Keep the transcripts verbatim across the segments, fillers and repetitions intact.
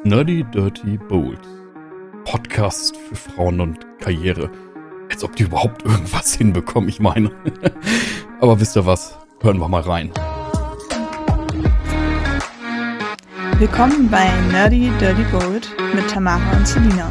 Nerdy Dirty Bold. Podcast für Frauen und Karriere. Als ob die überhaupt irgendwas hinbekommen, ich meine. Aber wisst ihr was? Hören wir mal rein. Willkommen bei Nerdy Dirty Bold mit Tamara und Selina.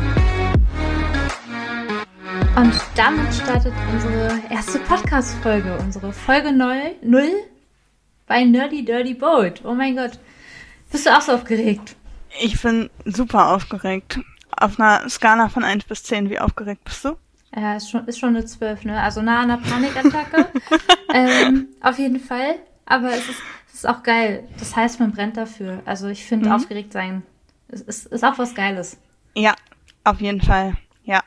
Und damit startet unsere erste Podcast-Folge, unsere Folge null bei Nerdy Dirty Bold. Oh mein Gott, bist du auch so aufgeregt? Ich bin super aufgeregt. Auf einer Skala von eins bis zehn, wie aufgeregt bist du? Ja, ist schon, ist schon eine zwölf, ne? Also nah an einer Panikattacke. ähm, auf jeden Fall. Aber es ist, es ist auch geil. Das heißt, man brennt dafür. Also ich finde, mhm. aufgeregt sein ist, ist, ist auch was Geiles. Ja, auf jeden Fall. Ja.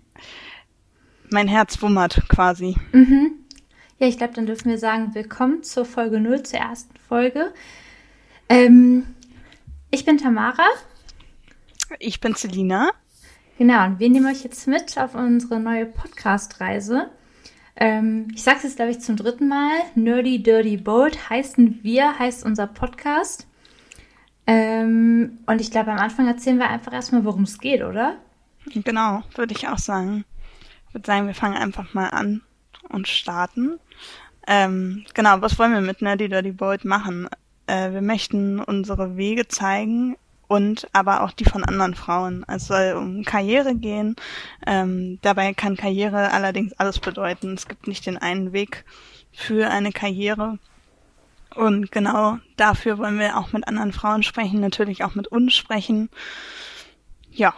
Mein Herz wummert quasi. Mhm. Ja, ich glaube, dann dürfen wir sagen, willkommen zur Folge null, zur ersten Folge. Ähm, ich bin Tamara. Ich bin Selina. Genau, und wir nehmen euch jetzt mit auf unsere neue Podcast-Reise. Ähm, ich sage es jetzt, glaube ich, zum dritten Mal. Nerdy Dirty Bold heißen wir, heißt unser Podcast. Ähm, und ich glaube, am Anfang erzählen wir einfach erstmal, worum es geht, oder? Genau, würde ich auch sagen. Ich würde sagen, wir fangen einfach mal an und starten. Ähm, genau, was wollen wir mit Nerdy Dirty Bold machen? Äh, wir möchten unsere Wege zeigen und aber auch die von anderen Frauen. Es soll um Karriere gehen. Ähm, dabei kann Karriere allerdings alles bedeuten. Es gibt nicht den einen Weg für eine Karriere. Und genau dafür wollen wir auch mit anderen Frauen sprechen, natürlich auch mit uns sprechen. Ja.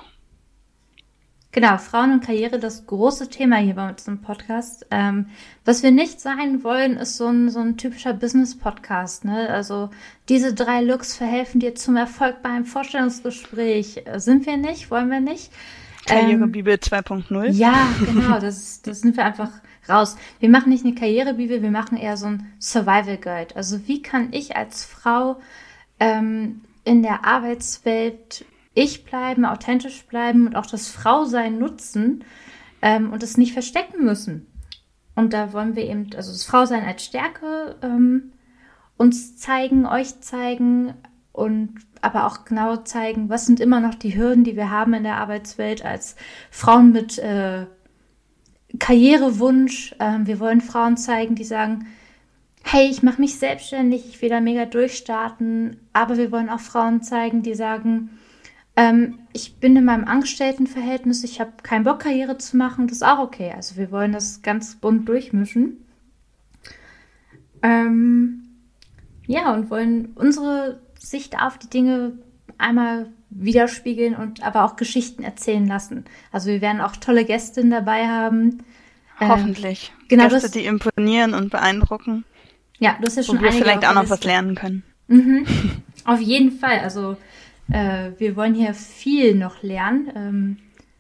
Genau, Frauen und Karriere, das große Thema hier bei uns im Podcast. Ähm, was wir nicht sein wollen, ist so ein, so ein typischer Business-Podcast, ne? Also diese drei Looks verhelfen dir zum Erfolg beim Vorstellungsgespräch. Sind wir nicht, wollen wir nicht. Karrierebibel ähm, zwei Punkt null. Ja, genau, das, das sind wir einfach raus. Wir machen nicht eine Karrierebibel, wir machen eher so ein Survival-Guide. Also wie kann ich als Frau ähm, in der Arbeitswelt ich bleiben, authentisch bleiben und auch das Frausein nutzen ähm, und es nicht verstecken müssen. Und da wollen wir eben, also das Frausein als Stärke ähm, uns zeigen, euch zeigen und aber auch genau zeigen, was sind immer noch die Hürden, die wir haben in der Arbeitswelt als Frauen mit äh, Karrierewunsch. Ähm, wir wollen Frauen zeigen, die sagen, hey, ich mache mich selbstständig, ich will da mega durchstarten, aber wir wollen auch Frauen zeigen, die sagen, Ähm, ich bin in meinem Angestelltenverhältnis, ich habe keinen Bock, Karriere zu machen, das ist auch okay. Also wir wollen das ganz bunt durchmischen. Ähm, ja, und wollen unsere Sicht auf die Dinge einmal widerspiegeln und aber auch Geschichten erzählen lassen. Also wir werden auch tolle Gästinnen dabei haben. Hoffentlich. Äh, genau, Gäste, das, die imponieren und beeindrucken. Ja, du hast ja schon wo wir einige vielleicht auch noch was Liste. lernen können. Mhm. Auf jeden Fall, also Äh, wir wollen hier viel noch lernen. Ähm,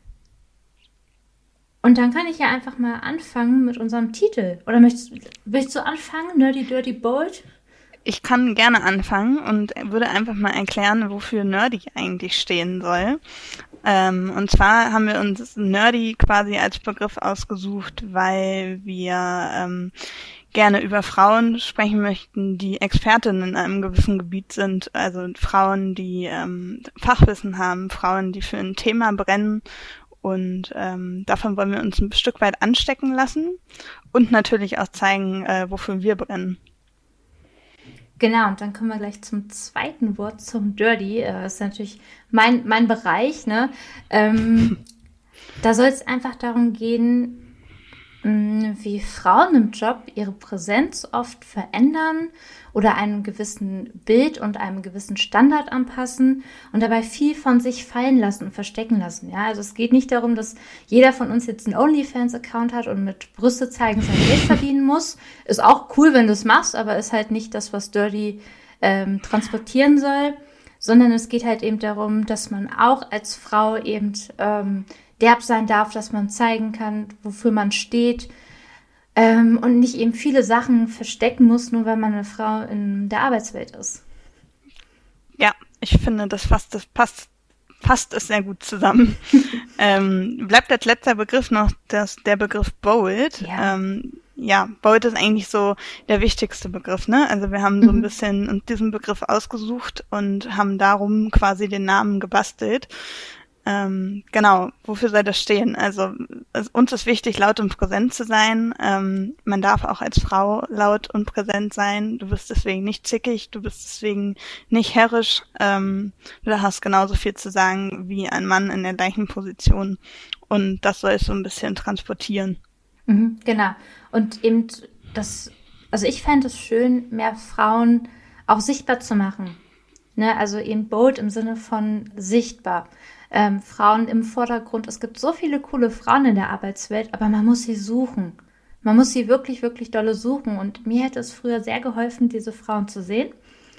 und dann kann ich ja einfach mal anfangen mit unserem Titel. Oder möchtest, willst du anfangen, Nerdy Dirty Bold? Ich kann gerne anfangen und würde einfach mal erklären, wofür Nerdy eigentlich stehen soll. Ähm, und zwar haben wir uns Nerdy quasi als Begriff ausgesucht, weil wir ähm, gerne über Frauen sprechen möchten, die Expertinnen in einem gewissen Gebiet sind, also Frauen, die ähm, Fachwissen haben, Frauen, die für ein Thema brennen und ähm, davon wollen wir uns ein Stück weit anstecken lassen und natürlich auch zeigen, äh, wofür wir brennen. Genau, und dann kommen wir gleich zum zweiten Wort, zum Dirty. Äh, das ist natürlich mein, mein Bereich, ne? Ähm, da soll es einfach darum gehen, wie Frauen im Job ihre Präsenz oft verändern oder einem gewissen Bild und einem gewissen Standard anpassen und dabei viel von sich fallen lassen und verstecken lassen. Ja, also es geht nicht darum, dass jeder von uns jetzt einen OnlyFans-Account hat und mit Brüste zeigen sein Geld verdienen muss. Ist auch cool, wenn du es machst, aber ist halt nicht das, was Dirty ähm, transportieren soll, sondern es geht halt eben darum, dass man auch als Frau eben ähm, derb sein darf, dass man zeigen kann, wofür man steht ähm, und nicht eben viele Sachen verstecken muss, nur weil man eine Frau in der Arbeitswelt ist. Ja, ich finde, das fasst, das passt, fasst es sehr gut zusammen. ähm, bleibt als letzter Begriff noch das, der Begriff Bold. Ja. Ähm, ja, Bold ist eigentlich so der wichtigste Begriff, ne? Also wir haben so ein bisschen uns diesen Begriff ausgesucht und haben darum quasi den Namen gebastelt. Ähm, genau, wofür soll das stehen? Also es, uns ist wichtig, laut und präsent zu sein. Ähm, man darf auch als Frau laut und präsent sein. Du bist deswegen nicht zickig, du bist deswegen nicht herrisch. Ähm, du hast genauso viel zu sagen wie ein Mann in der gleichen Position. Und das soll es so ein bisschen transportieren. Mhm, genau. Und eben das, also ich fände es schön, mehr Frauen auch sichtbar zu machen. Ne? Also eben bold im Sinne von sichtbar. Ähm, Frauen im Vordergrund. Es gibt so viele coole Frauen in der Arbeitswelt, aber man muss sie suchen. Man muss sie wirklich, wirklich dolle suchen. Und mir hätte es früher sehr geholfen, diese Frauen zu sehen.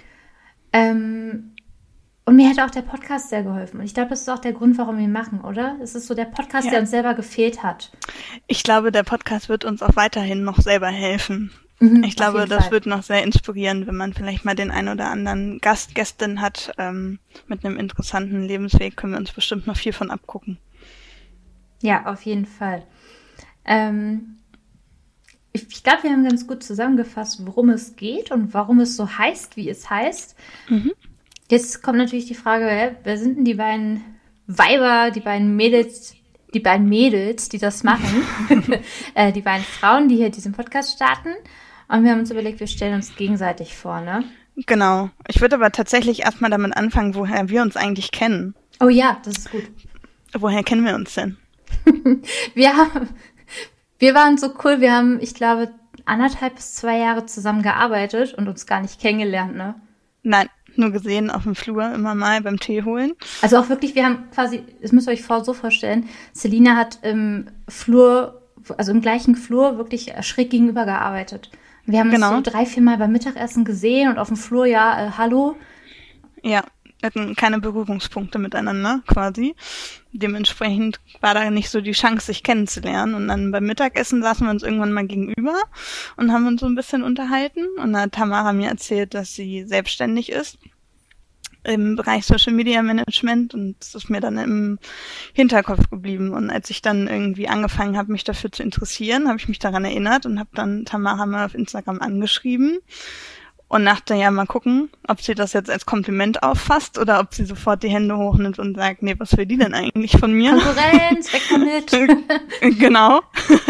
Ähm, und mir hätte auch der Podcast sehr geholfen. Und ich glaube, das ist auch der Grund, warum wir ihn machen, oder? Es ist so der Podcast, ja. der uns selber gefehlt hat. Ich glaube, der Podcast wird uns auch weiterhin noch selber helfen. Mhm, ich glaube, das Fall. wird noch sehr inspirieren, wenn man vielleicht mal den ein oder anderen Gast, Gästin hat ähm, mit einem interessanten Lebensweg, können wir uns bestimmt noch viel von abgucken. Ja, auf jeden Fall. Ähm, ich ich glaube, wir haben ganz gut zusammengefasst, worum es geht und warum es so heißt, wie es heißt. Mhm. Jetzt kommt natürlich die Frage, hä, wer sind denn die beiden Weiber, die beiden Mädels, die beiden Mädels, die das machen? äh, die beiden Frauen, die hier diesen Podcast starten. Und wir haben uns überlegt, wir stellen uns gegenseitig vor, ne? Genau. Ich würde aber tatsächlich erstmal damit anfangen, woher wir uns eigentlich kennen. Oh ja, das ist gut. Woher kennen wir uns denn? wir haben, wir waren so cool, wir haben, ich glaube, anderthalb bis zwei Jahre zusammen gearbeitet und uns gar nicht kennengelernt, ne? Nein, nur gesehen auf dem Flur immer mal beim Tee holen. Also auch wirklich, wir haben quasi, das müsst ihr euch vor, so vorstellen, Selina hat im Flur, also im gleichen Flur wirklich schräg gegenüber gearbeitet. Wir haben genau. uns so drei, vier Mal beim Mittagessen gesehen und auf dem Flur, ja, äh, hallo. Ja, wir hatten keine Berührungspunkte miteinander quasi. Dementsprechend war da nicht so die Chance, sich kennenzulernen. Und dann beim Mittagessen saßen wir uns irgendwann mal gegenüber und haben uns so ein bisschen unterhalten. Und dann hat Tamara mir erzählt, dass sie selbstständig ist im Bereich Social Media Management, und das ist mir dann im Hinterkopf geblieben. Und als ich dann irgendwie angefangen habe, mich dafür zu interessieren, habe ich mich daran erinnert und habe dann Tamara mal auf Instagram angeschrieben und dachte, ja, mal gucken, ob sie das jetzt als Kompliment auffasst oder ob sie sofort die Hände hochnimmt und sagt, nee, was will die denn eigentlich von mir? Konkurrenz, weg damit. Genau.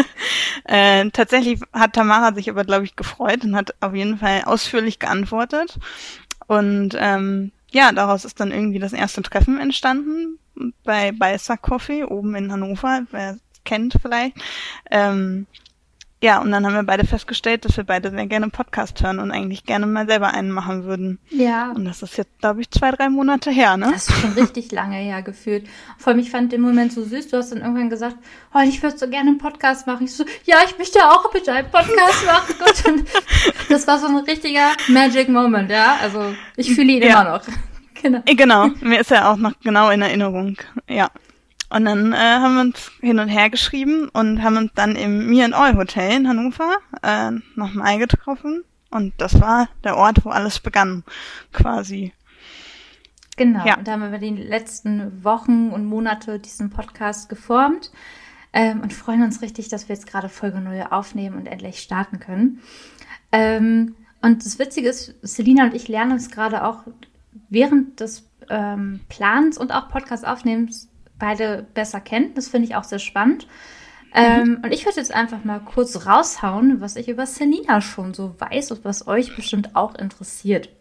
äh, tatsächlich hat Tamara sich aber, glaube ich, gefreut und hat auf jeden Fall ausführlich geantwortet. Und ähm, ja, daraus ist dann irgendwie das erste Treffen entstanden bei Balzac Coffee oben in Hannover, wer es kennt vielleicht. Ähm, ja, und dann haben wir beide festgestellt, dass wir beide sehr gerne Podcast hören und eigentlich gerne mal selber einen machen würden. Ja. Und das ist jetzt, glaube ich, zwei, drei Monate her, ne? Das ist schon richtig lange her gefühlt. Vor allem, ich fand den Moment so süß. Du hast dann irgendwann gesagt, oh, ich würde so gerne einen Podcast machen. Ich so, ja, ich möchte auch bitte einen Podcast machen. Gut. Und das war so ein richtiger Magic Moment, ja. Also, ich fühle ihn ja. immer noch. Genau. Genau. Mir ist er auch noch genau in Erinnerung. Ja. Und dann äh, haben wir uns hin und her geschrieben und haben uns dann im Me and All Hotel in Hannover äh, nochmal getroffen. Und das war der Ort, wo alles begann, quasi. Genau, ja. Und da haben wir über die letzten Wochen und Monate diesen Podcast geformt ähm, und freuen uns richtig, dass wir jetzt gerade Folge null aufnehmen und endlich starten können. Ähm, und das Witzige ist, Selina und ich lernen uns gerade auch während des ähm, Plans und auch Podcast-Aufnehmens beide besser kennen. Das finde ich auch sehr spannend. Mhm. Ähm, und ich würde jetzt einfach mal kurz raushauen, was ich über Selina schon so weiß und was euch bestimmt auch interessiert.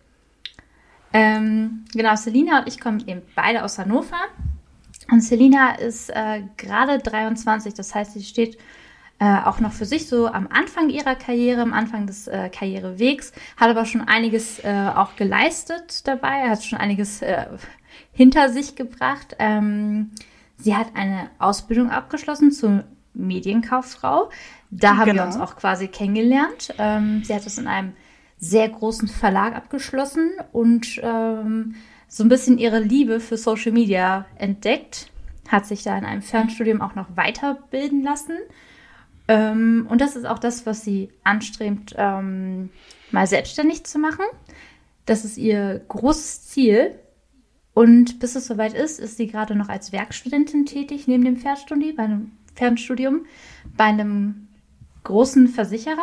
Ähm, genau, Selina und ich kommen eben beide aus Hannover. Und Selina ist äh, gerade dreiundzwanzig, das heißt, sie steht äh, auch noch für sich so am Anfang ihrer Karriere, am Anfang des äh, Karrierewegs, hat aber schon einiges äh, auch geleistet dabei, hat schon einiges äh, hinter sich gebracht. Ähm, sie hat eine Ausbildung abgeschlossen zur Medienkauffrau. Da haben genau. wir uns auch quasi kennengelernt. Ähm, sie hat es in einem sehr großen Verlag abgeschlossen und ähm, so ein bisschen ihre Liebe für Social Media entdeckt. Hat sich da in einem Fernstudium auch noch weiterbilden lassen. Ähm, und das ist auch das, was sie anstrebt, ähm, mal selbstständig zu machen. Das ist ihr großes Ziel. Und bis es soweit ist, ist sie gerade noch als Werkstudentin tätig, neben dem Fernstudium, bei einem Fernstudium, bei einem großen Versicherer.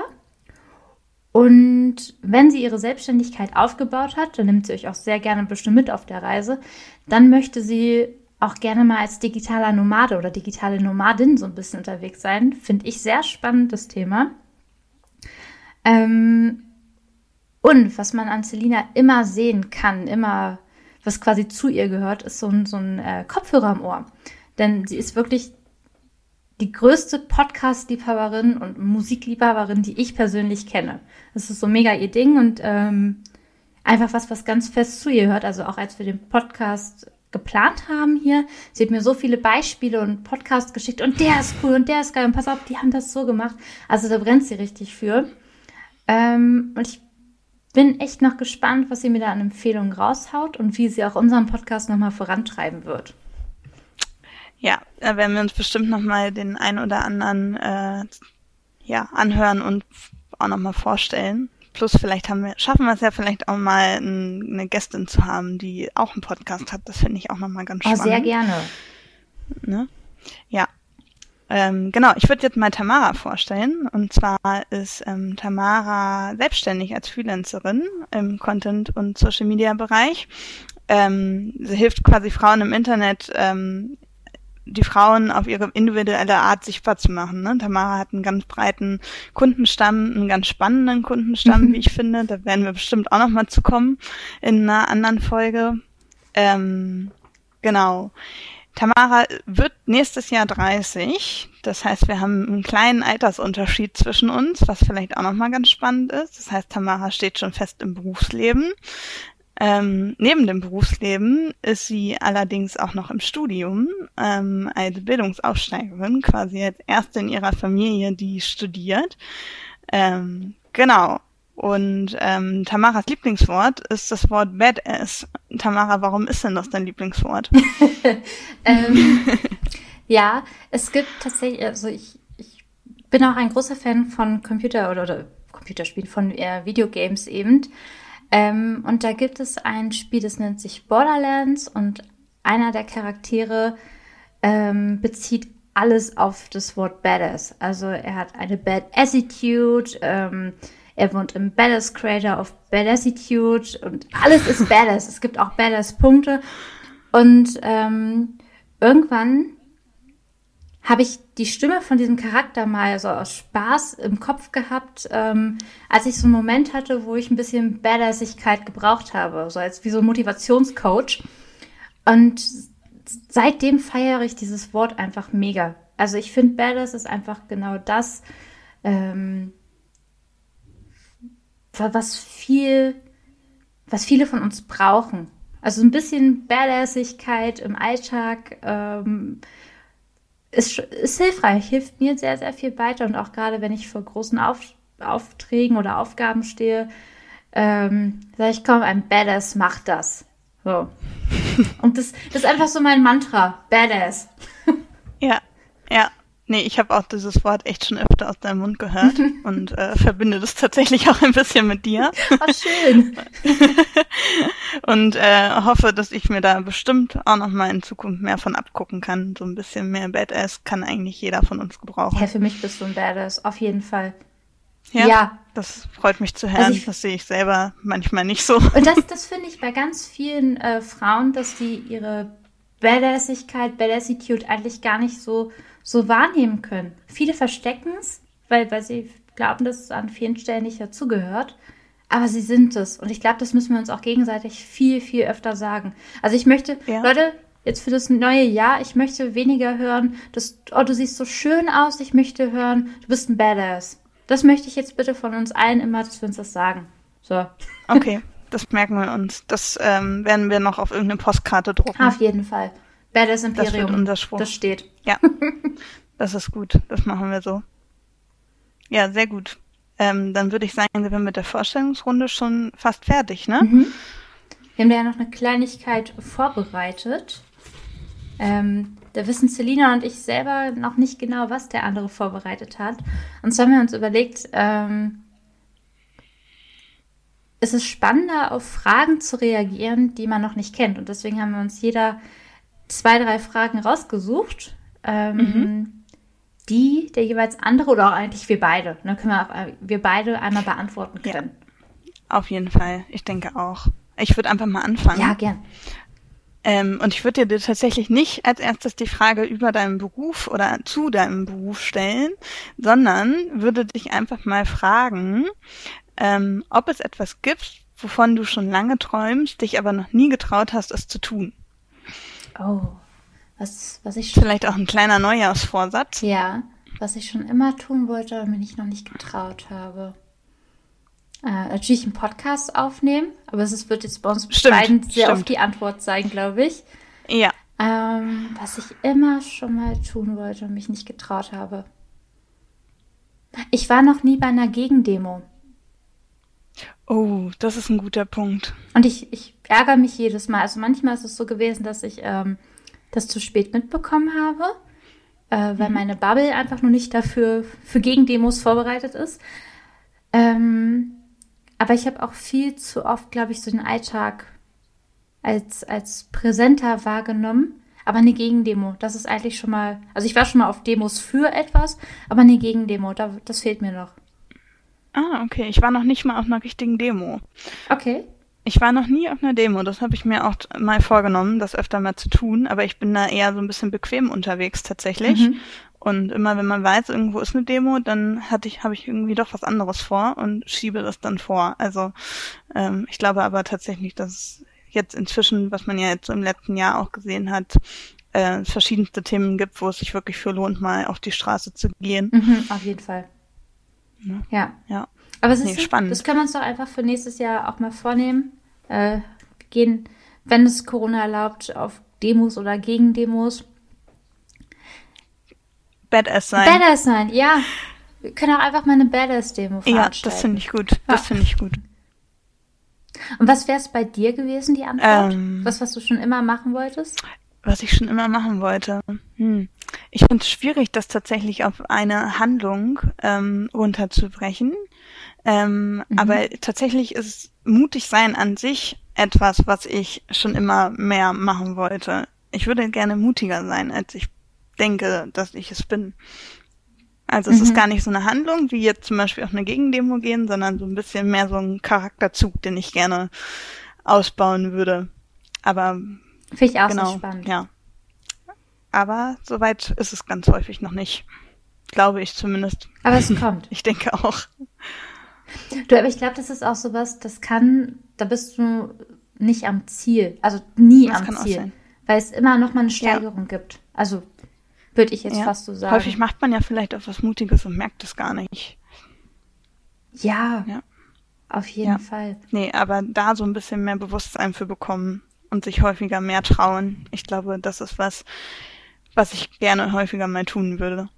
Und wenn sie ihre Selbstständigkeit aufgebaut hat, dann nimmt sie euch auch sehr gerne bestimmt mit auf der Reise, dann möchte sie auch gerne mal als digitaler Nomade oder digitale Nomadin so ein bisschen unterwegs sein. Finde ich sehr spannendes Thema. Ähm, und was man an Selina immer sehen kann, immer, was quasi zu ihr gehört, ist so ein, so ein äh, Kopfhörer im Ohr. Denn sie ist wirklich die größte Podcast-Liebhaberin und Musikliebhaberin, die ich persönlich kenne. Das ist so mega ihr Ding und ähm, einfach was, was ganz fest zu ihr hört. Also auch als wir den Podcast geplant haben hier, sie hat mir so viele Beispiele und Podcasts geschickt und der ist cool und der ist geil und pass auf, die haben das so gemacht. Also da brennt sie richtig für. Ähm, und ich bin echt noch gespannt, was sie mir da an Empfehlungen raushaut und wie sie auch unseren Podcast nochmal vorantreiben wird. Ja, da werden wir uns bestimmt nochmal den ein oder anderen äh, ja, anhören und auch nochmal vorstellen. Plus vielleicht haben wir, schaffen wir es ja vielleicht auch mal ein, eine Gästin zu haben, die auch einen Podcast hat. Das finde ich auch nochmal ganz spannend. Oh, sehr gerne. Ne? Ja. Ähm, genau, ich würde jetzt mal Tamara vorstellen. Und zwar ist ähm, Tamara selbstständig als Freelancerin im Content- und Social-Media-Bereich. Ähm, sie hilft quasi Frauen im Internet, ähm, die Frauen auf ihre individuelle Art sichtbar zu machen. Ne? Tamara hat einen ganz breiten Kundenstamm, einen ganz spannenden Kundenstamm, wie ich finde. Da werden wir bestimmt auch noch mal zu kommen in einer anderen Folge. Ähm, genau. Tamara wird nächstes Jahr dreißig. Das heißt, wir haben einen kleinen Altersunterschied zwischen uns, was vielleicht auch noch mal ganz spannend ist. Das heißt, Tamara steht schon fest im Berufsleben. Ähm, neben dem Berufsleben ist sie allerdings auch noch im Studium ähm, als Bildungsaufsteigerin, quasi als erste in ihrer Familie, die studiert. Ähm, genau. Und ähm, Tamaras Lieblingswort ist das Wort Badass. Tamara, warum ist denn das dein Lieblingswort? ähm, ja, es gibt tatsächlich, also ich, ich bin auch ein großer Fan von Computer- oder, oder Computerspielen, von äh, Videogames eben. Ähm, und da gibt es ein Spiel, das nennt sich Borderlands und einer der Charaktere ähm, bezieht alles auf das Wort Badass. Also er hat eine Bad Attitude, ähm, er wohnt im Badass Crater of Badassitude und alles ist Badass. Es gibt auch Badass-Punkte und ähm, irgendwann habe ich die Stimme von diesem Charakter mal so aus Spaß im Kopf gehabt, ähm, als ich so einen Moment hatte, wo ich ein bisschen Badassigkeit gebraucht habe, so als wie so ein Motivationscoach. Und seitdem feiere ich dieses Wort einfach mega. Also ich finde, Badass ist einfach genau das, ähm, was viel, was viele von uns brauchen. Also ein bisschen Badassigkeit im Alltag, ähm, Ist, ist hilfreich, hilft mir sehr, sehr viel weiter. Und auch gerade, wenn ich vor großen Auf, Aufträgen oder Aufgaben stehe, ähm, sage ich, komm, ein Badass macht das. So. Und das, das ist einfach so mein Mantra, Badass. Ja, ja. Nee, ich habe auch dieses Wort echt schon öfter aus deinem Mund gehört und äh, verbinde das tatsächlich auch ein bisschen mit dir. Ach, schön. Und äh, hoffe, dass ich mir da bestimmt auch noch mal in Zukunft mehr von abgucken kann. So ein bisschen mehr Badass kann eigentlich jeder von uns gebrauchen. Ja, für mich bist du ein Badass, auf jeden Fall. Ja, ja. Das freut mich zu hören. Also ich, das sehe ich selber manchmal nicht so. Und das, das finde ich bei ganz vielen äh, Frauen, dass die ihre Badassigkeit, Badassitude eigentlich gar nicht so so wahrnehmen können. Viele verstecken es, weil, weil sie glauben, dass es an vielen Stellen nicht dazugehört. Aber sie sind es. Und ich glaube, das müssen wir uns auch gegenseitig viel, viel öfter sagen. Also ich möchte, ja. Leute, jetzt für das neue Jahr, ich möchte weniger hören, dass, oh, du siehst so schön aus. Ich möchte hören, du bist ein Badass. Das möchte ich jetzt bitte von uns allen immer, dass wir uns das sagen. So. Okay, das merken wir uns. Das ähm, werden wir noch auf irgendeine Postkarte drucken. Auf jeden Fall. Badass Imperium. Das wird unser Spruch. Das steht. Ja, das ist gut. Das machen wir so. Ja, sehr gut. Ähm, dann würde ich sagen, sind wir mit der Vorstellungsrunde schon fast fertig, ne? Mhm. Wir haben da ja noch eine Kleinigkeit vorbereitet. Ähm, da wissen Selina und ich selber noch nicht genau, was der andere vorbereitet hat. Und so haben wir uns überlegt, ähm, es ist spannender, auf Fragen zu reagieren, die man noch nicht kennt. Und deswegen haben wir uns jeder zwei, drei Fragen rausgesucht. Ähm, mhm. die, der jeweils andere oder auch eigentlich wir beide, ne, können wir auch, wir beide einmal beantworten können. Ja, auf jeden Fall. Ich denke auch. Ich würde einfach mal anfangen. Ja, gern. Ähm, und ich würde dir tatsächlich nicht als erstes die Frage über deinen Beruf oder zu deinem Beruf stellen, sondern würde dich einfach mal fragen, ähm, ob es etwas gibt, wovon du schon lange träumst, dich aber noch nie getraut hast, es zu tun. Oh, was, was ich schon... Vielleicht auch ein kleiner Neujahrsvorsatz. Ja, was ich schon immer tun wollte, aber mir nicht noch nicht getraut habe. Äh, natürlich einen Podcast aufnehmen, aber es ist, wird jetzt bei uns beiden sehr stimmt. oft die Antwort sein, glaube ich. Ja. Ähm, was ich immer schon mal tun wollte und mich nicht getraut habe. Ich war noch nie bei einer Gegendemo. Oh, das ist ein guter Punkt. Und ich, ich ärgere mich jedes Mal. Also manchmal ist es so gewesen, dass ich ähm, das zu spät mitbekommen habe, äh, weil mhm. meine Bubble einfach noch nicht dafür für Gegendemos vorbereitet ist. Ähm, aber ich habe auch viel zu oft, glaube ich, so den Alltag als, als präsenter wahrgenommen. Aber eine Gegendemo, das ist eigentlich schon mal... Also ich war schon mal auf Demos für etwas, aber eine Gegendemo, da, das fehlt mir noch. Ah, okay. Ich war noch nicht mal auf einer richtigen Demo. Okay. Ich war noch nie auf einer Demo. Das habe ich mir auch mal vorgenommen, das öfter mal zu tun. Aber ich bin da eher so ein bisschen bequem unterwegs tatsächlich. Mhm. Und immer, wenn man weiß, irgendwo ist eine Demo, dann hatte ich, habe ich irgendwie doch was anderes vor und schiebe das dann vor. Also ähm, ich glaube aber tatsächlich, dass es jetzt inzwischen, was man ja jetzt so im letzten Jahr auch gesehen hat, äh, verschiedenste Themen gibt, wo es sich wirklich für lohnt, mal auf die Straße zu gehen. Mhm, auf jeden Fall. Ja. Ja. ja. Aber es ist nee, spannend. Das können wir uns doch einfach für nächstes Jahr auch mal vornehmen. Äh, gehen, wenn es Corona erlaubt, auf Demos oder Gegendemos. Badass sein. Badass sein, ja. Wir können auch einfach mal eine Badass-Demo veranstalten. Ja, das finde ich gut. Das ja. finde ich gut. Und was wäre es bei dir gewesen, die Antwort? Ähm, was, was du schon immer machen wolltest? Was ich schon immer machen wollte. Hm. Ich finde es schwierig, das tatsächlich auf eine Handlung ähm, runterzubrechen. Ähm, mhm. Aber tatsächlich ist mutig sein an sich etwas, was ich schon immer mehr machen wollte. Ich würde gerne mutiger sein, als ich denke, dass ich es bin. Also es mhm. ist gar nicht so eine Handlung, wie jetzt zum Beispiel auf eine Gegendemo gehen, sondern so ein bisschen mehr so ein Charakterzug, den ich gerne ausbauen würde. Aber finde ich auch genau, so spannend. Ja. Aber soweit ist es ganz häufig noch nicht. Glaube ich zumindest. Aber es kommt. Ich denke auch. Du, aber ich glaube, das ist auch sowas, das kann, da bist du nicht am Ziel. Also nie das am kann Ziel. Auch sein. Weil es immer noch mal eine Steigerung ja. gibt. Also würde ich jetzt ja. fast so sagen. Häufig macht man ja vielleicht auch was Mutiges und merkt es gar nicht. Ja, ja. auf jeden ja. Fall. Nee, aber da so ein bisschen mehr Bewusstsein für bekommen und sich häufiger mehr trauen. Ich glaube, das ist was, was ich gerne häufiger mal tun würde.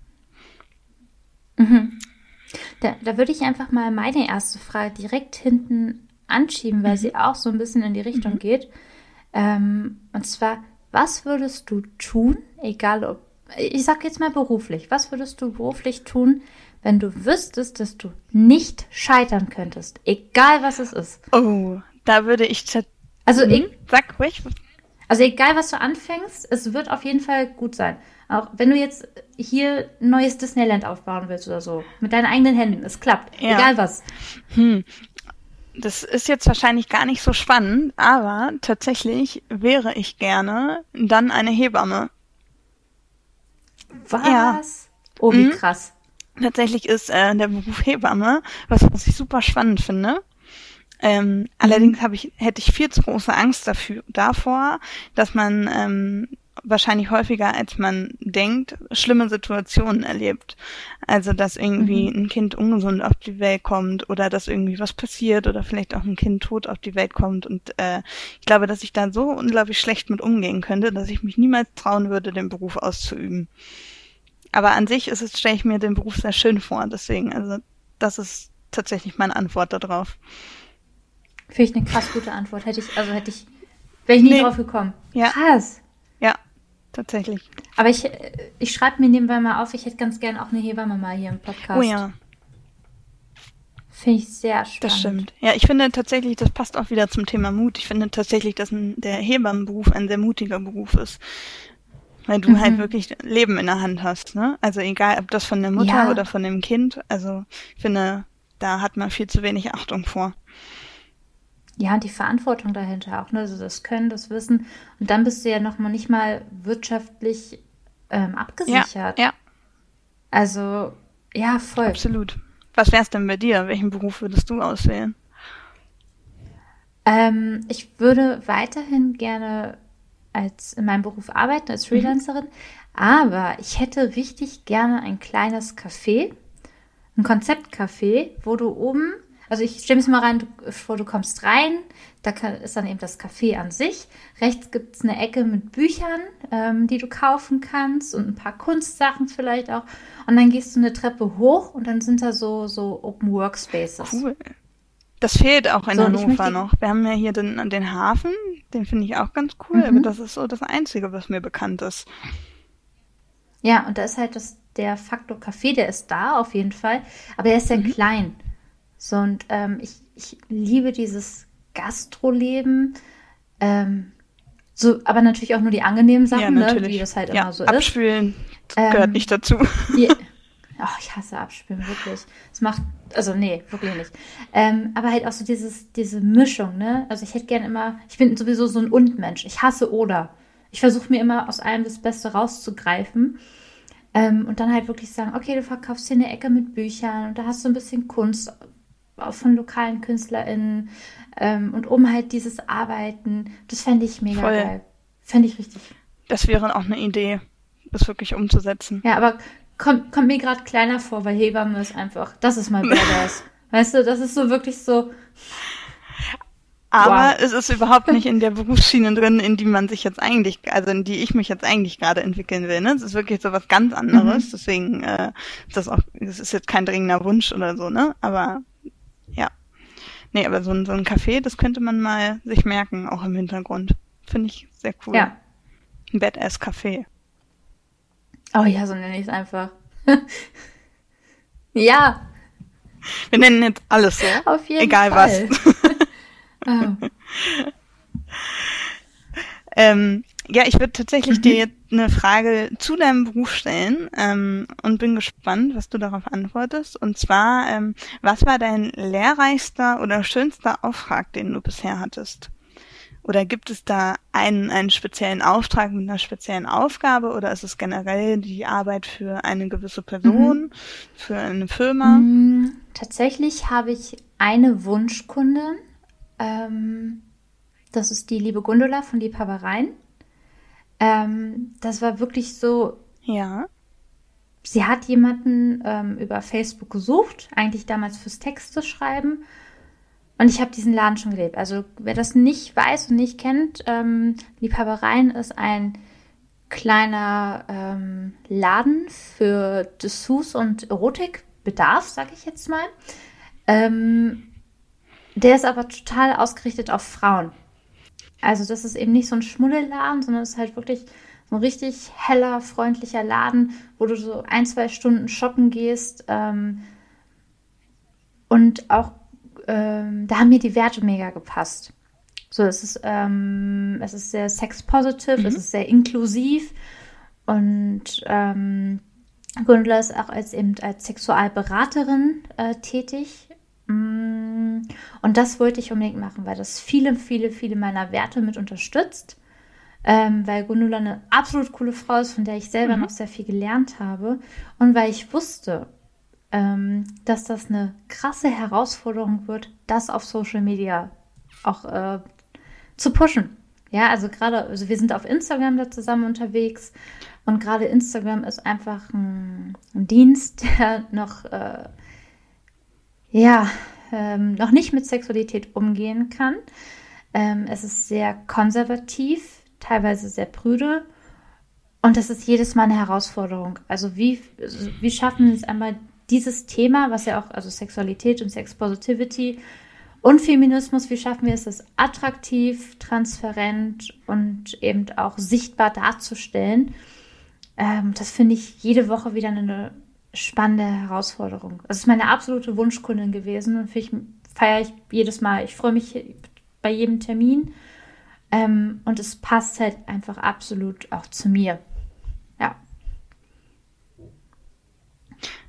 Mhm. Da, da würde ich einfach mal meine erste Frage direkt hinten anschieben, weil mhm. sie auch so ein bisschen in die Richtung mhm. geht. Ähm, und zwar, was würdest du tun, egal ob, ich sag jetzt mal beruflich, was würdest du beruflich tun, wenn du wüsstest, dass du nicht scheitern könntest, egal was es ist? Oh, da würde ich... T- also mhm. ich, Sag ruhig. Also egal, was du anfängst, es wird auf jeden Fall gut sein. Auch wenn du jetzt hier ein neues Disneyland aufbauen willst oder so, mit deinen eigenen Händen, es klappt, ja. egal was. Hm. Das ist jetzt wahrscheinlich gar nicht so spannend, aber tatsächlich wäre ich gerne dann eine Hebamme. Was? Ja. Oh, wie mhm. krass. Tatsächlich ist äh, der Beruf Hebamme, was, was ich super spannend finde. Ähm, mhm. Allerdings habe ich, hätte ich viel zu große Angst dafür, davor, dass man ähm, wahrscheinlich häufiger, als man denkt, schlimme Situationen erlebt. Also, dass irgendwie mhm. ein Kind ungesund auf die Welt kommt oder dass irgendwie was passiert oder vielleicht auch ein Kind tot auf die Welt kommt. Und äh, ich glaube, dass ich da so unglaublich schlecht mit umgehen könnte, dass ich mich niemals trauen würde, den Beruf auszuüben. Aber an sich ist es, stelle ich mir den Beruf sehr schön vor. Deswegen, also das ist tatsächlich meine Antwort darauf. Finde ich eine krass gute Antwort. Hätte ich, also hätte ich, wäre ich nie nee. drauf gekommen. Ja. Krass. Ja, tatsächlich. Aber ich, ich schreibe mir nebenbei mal auf, ich hätte ganz gern auch eine Hebamme mal hier im Podcast. Oh ja. Finde ich sehr spannend. Das stimmt. Ja, ich finde tatsächlich, das passt auch wieder zum Thema Mut. Ich finde tatsächlich, dass ein, der Hebammenberuf ein sehr mutiger Beruf ist. weil du Mhm. halt wirklich Leben in der Hand hast, ne? Also egal, ob das von der Mutter Ja. oder von dem Kind, also ich finde, da hat man viel zu wenig Achtung vor. Ja, und die Verantwortung dahinter auch, ne? Also das Können, das Wissen. Und dann bist du ja noch mal nicht mal wirtschaftlich ähm, Ja, abgesichert. ja, Also, ja, voll. absolut. Was wär's denn bei dir? Welchen Beruf würdest du auswählen? Ähm, ich würde weiterhin gerne als in meinem Beruf arbeiten, als Mhm. Freelancerin, aber ich hätte richtig gerne ein kleines Café, ein Konzeptcafé, wo du oben, also ich stelle mir das mal rein, du, vor, du kommst rein, da kann, ist dann eben das Café an sich. Rechts gibt es eine Ecke mit Büchern, ähm, die du kaufen kannst und ein paar Kunstsachen vielleicht auch. Und dann gehst du eine Treppe hoch und dann sind da so, so Open Workspaces. Cool. Das fehlt auch in So, und ich Hannover möchte, noch. Wir haben ja hier den, den Hafen, den finde ich auch ganz cool, aber mhm. das ist so das Einzige, was mir bekannt ist. Ja, und da ist halt das, der Faktor Kaffee, der ist da auf jeden Fall, aber er ist sehr Mhm. klein. So, und ähm, ich, ich liebe dieses Gastroleben. Ähm, so, aber natürlich auch nur die angenehmen Ja, Sachen, ne, wie natürlich. das halt Ja, immer so ist. abspülen gehört Ähm, nicht dazu. ja, ach, ich hasse Abspülen, wirklich. Es macht, also nee, wirklich nicht. Ähm, aber halt auch so dieses, diese Mischung, ne? Also ich hätte gern immer, ich bin sowieso so ein Und-Mensch. Ich hasse oder. Ich versuche mir immer aus allem das Beste rauszugreifen. Ähm, und dann halt wirklich sagen, okay, du verkaufst hier eine Ecke mit Büchern und da hast du ein bisschen Kunst auch von lokalen KünstlerInnen ähm, und um halt dieses Arbeiten, das fände ich mega Voll. geil. Fände ich richtig. Das wäre auch eine Idee, das wirklich umzusetzen. Ja, aber kommt, kommt mir gerade kleiner vor, weil Hebamme ist einfach, das ist mein Badass. Weißt du, das ist so wirklich so, Aber wow. es ist überhaupt nicht in der Berufsschiene drin, in die man sich jetzt eigentlich, also in die ich mich jetzt eigentlich gerade entwickeln will. Ne? Es ist wirklich so was ganz anderes. Mhm. Deswegen äh, ist das auch, das ist jetzt kein dringender Wunsch oder so, ne? Aber ja. Nee, aber so ein, so ein Café, das könnte man mal sich merken, auch im Hintergrund. Finde ich sehr cool. Ja. Ein Badass-Café. Oh ja, so nenne ich es einfach. Ja, Wir nennen jetzt alles so. auf jeden Egal Fall. was. Oh. Ähm, ja, ich würde tatsächlich Mhm. dir jetzt eine Frage zu deinem Beruf stellen ähm, und bin gespannt, was du darauf antwortest. Und zwar, ähm, was war dein lehrreichster oder schönster Auftrag, den du bisher hattest? Oder gibt es da einen, einen speziellen Auftrag mit einer speziellen Aufgabe oder ist es generell die Arbeit für eine gewisse Person, Mhm. für eine Firma? Mm, Tatsächlich habe ich eine Wunschkundin. Ähm, das ist die liebe Gundula von Liebhabereien. Ähm, das war wirklich so, Ja. sie hat jemanden ähm, über Facebook gesucht, eigentlich damals fürs Texte schreiben. Und ich habe diesen Laden schon gelebt. Also wer das nicht weiß und nicht kennt, ähm, Liebhabereien ist ein kleiner ähm, Laden für Dessous und Erotikbedarf, sage ich jetzt mal. Ähm, der ist aber total ausgerichtet auf Frauen. Also das ist eben nicht so ein Schmuddelladen, sondern es ist halt wirklich so ein richtig heller, freundlicher Laden, wo du so ein, zwei Stunden shoppen gehst. Ähm, und auch, ähm, da haben mir die Werte mega gepasst. So, es ist, ähm, es ist sehr sex-positive, Mhm. es ist sehr inklusiv und ähm, Gundula ist auch als eben als Sexualberaterin äh, tätig. Mm, Und das wollte ich unbedingt machen, weil das viele, viele, viele meiner Werte mit unterstützt. Ähm, weil Gundula eine absolut coole Frau ist, von der ich selber Mhm. noch sehr viel gelernt habe. Und weil ich wusste, ähm, dass das eine krasse Herausforderung wird, das auf Social Media auch äh, zu pushen. Ja, also gerade, also wir sind auf Instagram da zusammen unterwegs und gerade Instagram ist einfach ein, ein Dienst, der noch, äh, ja, ähm, noch nicht mit Sexualität umgehen kann. Ähm, es ist sehr konservativ, teilweise sehr prüde und das ist jedes Mal eine Herausforderung. Also wie, also wie schaffen wir es einmal dieses Thema, was ja auch, also Sexualität und Sex Positivity und Feminismus, wie schaffen wir es, das attraktiv, transparent und eben auch sichtbar darzustellen? Ähm, das finde ich jede Woche wieder eine spannende Herausforderung. Das ist meine absolute Wunschkundin gewesen und ich feiere ich jedes Mal. Ich freue mich bei jedem Termin ähm, und es passt halt einfach absolut auch zu mir.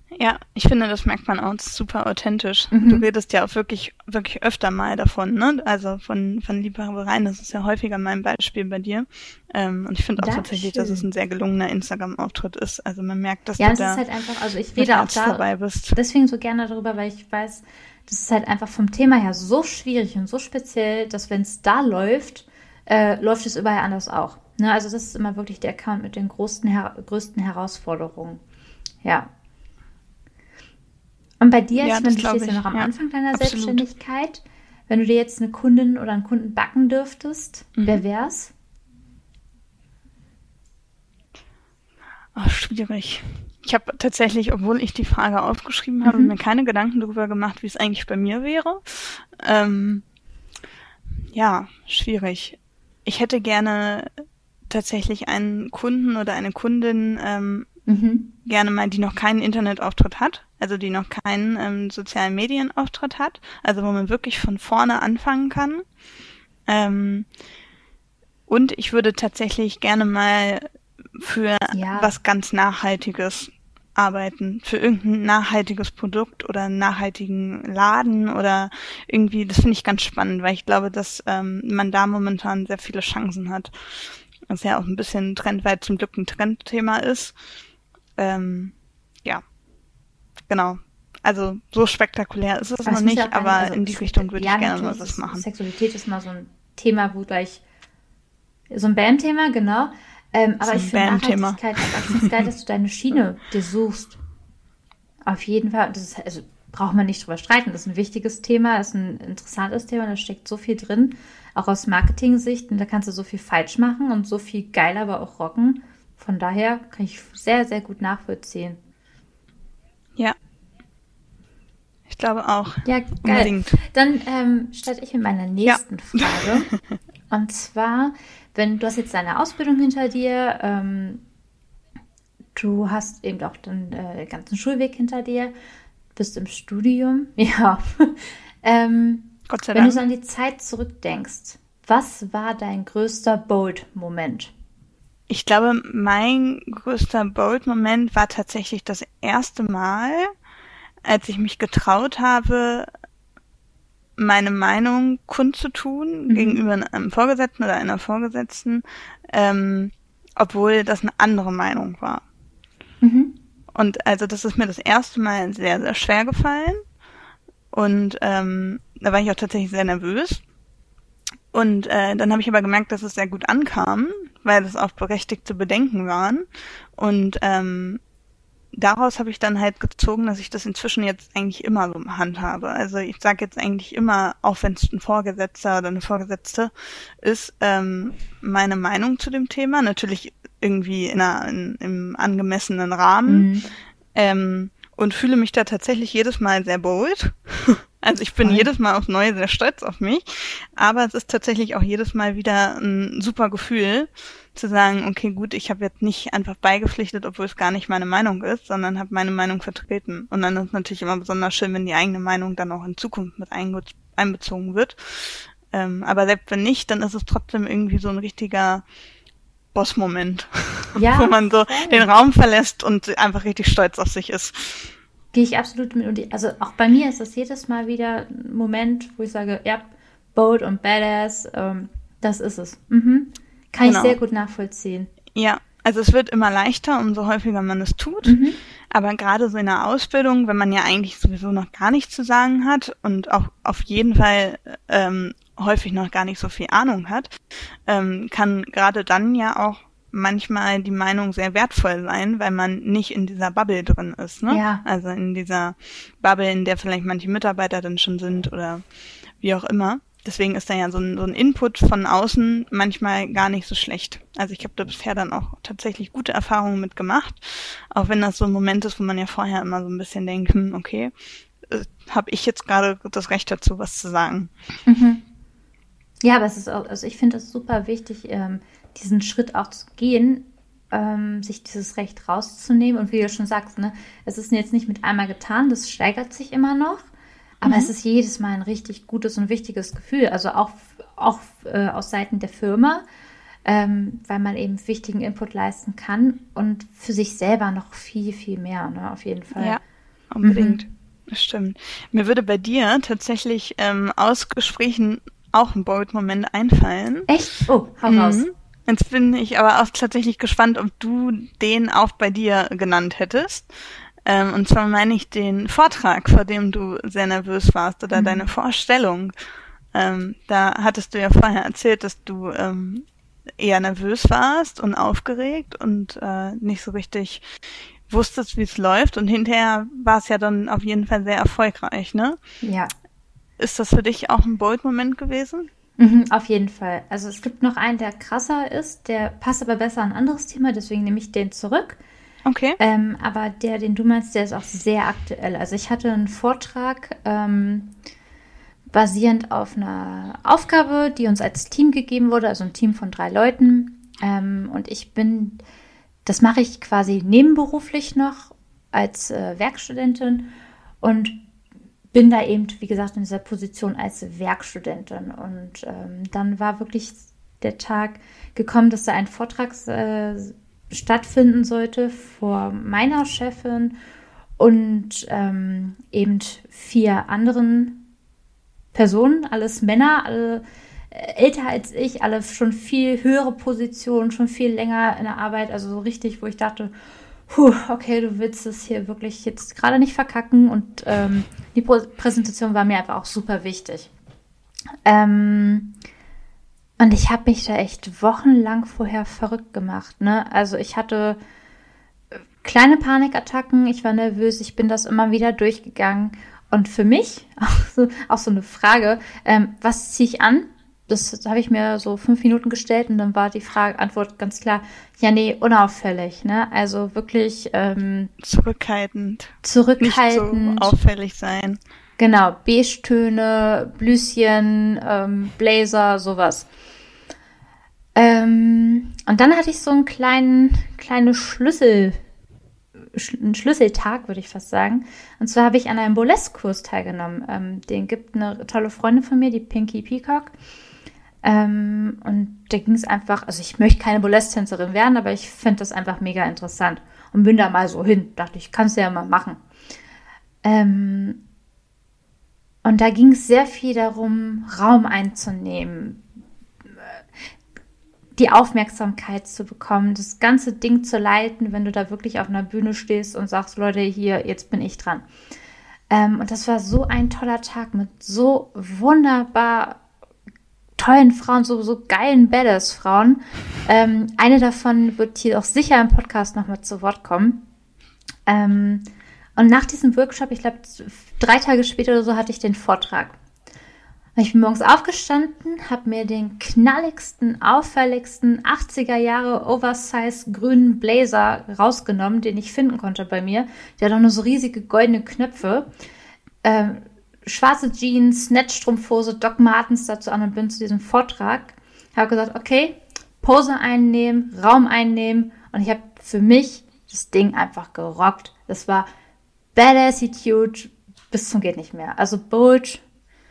Ja, ich finde, das merkt man auch super authentisch. Mhm. Du redest ja auch wirklich, wirklich öfter mal davon, ne? Also von, von Liebhabereien, das ist ja häufiger mein Beispiel bei dir. Ähm, und ich finde auch Dankeschön. tatsächlich, dass es ein sehr gelungener Instagram-Auftritt ist. Also man merkt, dass Ja, du es da ist halt einfach, also ich mit rede auch Herz da dabei bist. deswegen so gerne darüber, weil ich weiß, das ist halt einfach vom Thema her so schwierig und so speziell, dass wenn es da läuft, äh, läuft es überall anders auch. Ne? Also das ist immer wirklich der Account mit den größten, her größten Herausforderungen. Ja. Und bei dir, Ja, ich meine, das du glaube stehst ja ich. noch am Ja, Anfang deiner absolut. Selbstständigkeit. Wenn du dir jetzt eine Kundin oder einen Kunden backen dürftest, Mhm. wer wär's? Oh, schwierig. Ich habe tatsächlich, obwohl ich die Frage aufgeschrieben habe, Mhm. mir keine Gedanken darüber gemacht, wie es eigentlich bei mir wäre. Ähm, ja, schwierig. Ich hätte gerne tatsächlich einen Kunden oder eine Kundin, ähm, Mhm. gerne mal, die noch keinen Internetauftritt hat, also die noch keinen ähm, sozialen Medienauftritt hat, also wo man wirklich von vorne anfangen kann. Ähm, und ich würde tatsächlich gerne mal für Ja. was ganz Nachhaltiges arbeiten, für irgendein nachhaltiges Produkt oder einen nachhaltigen Laden oder irgendwie, das finde ich ganz spannend, weil ich glaube, dass ähm, man da momentan sehr viele Chancen hat. Was ja auch ein bisschen Trend, weil zum Glück ein Trendthema ist. Ähm, ja, genau. Also so spektakulär ist es Aber noch es muss ja nicht, auch gar aber also in die es- Richtung würde ja, ich gerne mal natürlich was ist machen. Sexualität ist mal so ein Thema, wo gleich so ein Bandthema, genau. Ähm, aber So ein ich finde Bandthema. Nachhaltigkeit einfach, ich finde es geil, dass du deine Schiene dir suchst. Auf jeden Fall. Das ist, also braucht man nicht drüber streiten. Das ist ein wichtiges Thema, das ist ein interessantes Thema, da steckt so viel drin, auch aus Marketing-Sicht. Und da kannst du so viel falsch machen und so viel geil, aber auch rocken. Von daher kann ich sehr, sehr gut nachvollziehen. Ja. Ich glaube auch. Ja, geil. Unbedingt. Dann ähm, starte ich mit meiner nächsten Frage. Und zwar, wenn du hast jetzt deine Ausbildung hinter dir, ähm, du hast eben auch den äh, ganzen Schulweg hinter dir, bist im Studium, ja. ähm, Gott sei wenn du Dank. so an die Zeit zurückdenkst, was war dein größter Bold-Moment? Ich glaube, mein größter Bold-Moment war tatsächlich das erste Mal, als ich mich getraut habe, meine Meinung kundzutun Mhm. gegenüber einem Vorgesetzten oder einer Vorgesetzten, ähm, obwohl das eine andere Meinung war. Mhm. Und also das ist mir das erste Mal sehr, sehr schwer gefallen. Und ähm, da war ich auch tatsächlich sehr nervös. Und äh, dann habe ich aber gemerkt, dass es sehr gut ankam, weil das auch berechtigte Bedenken waren. Und ähm, daraus habe ich dann halt gezogen, dass ich das inzwischen jetzt eigentlich immer so handhabe. Also ich sage jetzt eigentlich immer, auch wenn es ein Vorgesetzter oder eine Vorgesetzte ist, ähm, meine Meinung zu dem Thema. Natürlich irgendwie in einer, in, im angemessenen Rahmen. Mhm. Ähm, und fühle mich da tatsächlich jedes Mal sehr bold. Also ich bin Voll. jedes Mal aufs Neue sehr stolz auf mich, aber es ist tatsächlich auch jedes Mal wieder ein super Gefühl, zu sagen, okay, gut, ich habe jetzt nicht einfach beigepflichtet, obwohl es gar nicht meine Meinung ist, sondern habe meine Meinung vertreten. Und dann ist es natürlich immer besonders schön, wenn die eigene Meinung dann auch in Zukunft mit einge- einbezogen wird. Ähm, aber selbst wenn nicht, dann ist es trotzdem irgendwie so ein richtiger Boss-Moment, Ja, wo man so voll. den Raum verlässt und einfach richtig stolz auf sich ist. Gehe ich absolut mit. Und die, also auch bei mir ist das jedes Mal wieder ein Moment, wo ich sage, ja, bold und badass, ähm, das ist es. Mhm. Kann Genau. ich sehr gut nachvollziehen. Ja, also es wird immer leichter, umso häufiger man es tut. Mhm. Aber gerade so in der Ausbildung, wenn man ja eigentlich sowieso noch gar nichts zu sagen hat und auch auf jeden Fall ähm, häufig noch gar nicht so viel Ahnung hat, ähm, kann gerade dann ja auch manchmal die Meinung sehr wertvoll sein, weil man nicht in dieser Bubble drin ist, ne? Ja. Also in dieser Bubble, in der vielleicht manche Mitarbeiter dann schon sind oder wie auch immer. Deswegen ist da ja so ein, so ein Input von außen manchmal gar nicht so schlecht. Also ich habe da bisher dann auch tatsächlich gute Erfahrungen mit gemacht, auch wenn das so ein Moment ist, wo man ja vorher immer so ein bisschen denkt, hm, okay, äh, habe ich jetzt gerade das Recht dazu, was zu sagen. Mhm. Ja, aber es ist auch, also ich finde es super wichtig, ähm, diesen Schritt auch zu gehen, ähm, sich dieses Recht rauszunehmen. Und wie du schon sagst, ne, es ist jetzt nicht mit einmal getan, das steigert sich immer noch. Aber Mhm. es ist jedes Mal ein richtig gutes und wichtiges Gefühl. Also auch, auch äh, aus Seiten der Firma, ähm, weil man eben wichtigen Input leisten kann und für sich selber noch viel, viel mehr, ne, auf jeden Fall. Ja. unbedingt. Mhm. Das stimmt. Mir würde bei dir tatsächlich ähm, aus Gesprächen auch ein Bold-Moment einfallen. Echt? Oh, hau raus. Mhm. Jetzt bin ich aber auch tatsächlich gespannt, ob du den auch bei dir genannt hättest. Ähm, und zwar meine ich den Vortrag, vor dem du sehr nervös warst, oder Mhm. deine Vorstellung. Ähm, da hattest du ja vorher erzählt, dass du ähm, eher nervös warst und aufgeregt und äh, nicht so richtig wusstest, wie es läuft. Und hinterher war es ja dann auf jeden Fall sehr erfolgreich, ne? Ja. Ist das für dich auch ein Bold-Moment gewesen? Mhm, auf jeden Fall. Also es gibt noch einen, der krasser ist, der passt aber besser an ein anderes Thema, deswegen nehme ich den zurück. Okay. Ähm, aber der, den du meinst, der ist auch sehr aktuell. Also ich hatte einen Vortrag ähm, basierend auf einer Aufgabe, die uns als Team gegeben wurde, also ein Team von drei Leuten. Ähm, und ich bin, das mache ich quasi nebenberuflich noch als äh, Werkstudentin und bin da eben, wie gesagt, in dieser Position als Werkstudentin. Und ähm, dann war wirklich der Tag gekommen, dass da ein Vortrag äh, stattfinden sollte vor meiner Chefin und ähm, eben vier anderen Personen, alles Männer, alle äh, älter als ich, alle schon viel höhere Positionen, schon viel länger in der Arbeit, also so richtig, wo ich dachte, puh, okay, du willst es hier wirklich jetzt gerade nicht verkacken und ähm, die Pro- Präsentation war mir einfach auch super wichtig. Ähm, und ich habe mich da echt wochenlang vorher verrückt gemacht, ne? Also ich hatte kleine Panikattacken, ich war nervös, ich bin das immer wieder durchgegangen. Und für mich, auch so, auch so eine Frage, ähm, was ziehe ich an? Das habe ich mir so fünf Minuten gestellt und dann war die Frage, Antwort ganz klar, ja, nee, unauffällig, ne? Also wirklich ähm, Zurückhaltend. zurückhaltend. Nicht so auffällig sein. Genau, Beige-Töne, Blüschen, ähm, Blazer, sowas. Ähm, und dann hatte ich so einen kleinen, kleine Schlüssel, Sch- einen Schlüsseltag, würde ich fast sagen. Und zwar habe ich an einem Burlesque-Kurs teilgenommen. Ähm, den gibt eine tolle Freundin von mir, die Pinky Peacock. Ähm, und da ging es einfach, also ich möchte keine Burlesque-Tänzerin werden, aber ich finde das einfach mega interessant. Und bin da mal so hin, dachte ich, kannst du ja mal machen. Ähm, und da ging es sehr viel darum, Raum einzunehmen, die Aufmerksamkeit zu bekommen, das ganze Ding zu leiten, wenn du da wirklich auf einer Bühne stehst und sagst, Leute, hier, jetzt bin ich dran. Ähm, und das war so ein toller Tag mit so wunderbar tollen Frauen, so, so geilen Badass-Frauen. Ähm, eine davon wird hier auch sicher im Podcast nochmal zu Wort kommen. Ähm, und nach diesem Workshop, ich glaube, drei Tage später oder so, hatte ich den Vortrag. Ich bin morgens aufgestanden, habe mir den knalligsten, auffälligsten achtziger Jahre Oversize grünen Blazer rausgenommen, den ich finden konnte bei mir. Der hat auch nur so riesige goldene Knöpfe. Ähm, schwarze Jeans, Netzstrumpfhose, Doc Martens dazu an und bin zu diesem Vortrag. Habe gesagt, okay, Pose einnehmen, Raum einnehmen und ich habe für mich das Ding einfach gerockt. Das war Badassitude bis zum geht nicht mehr. Also bold.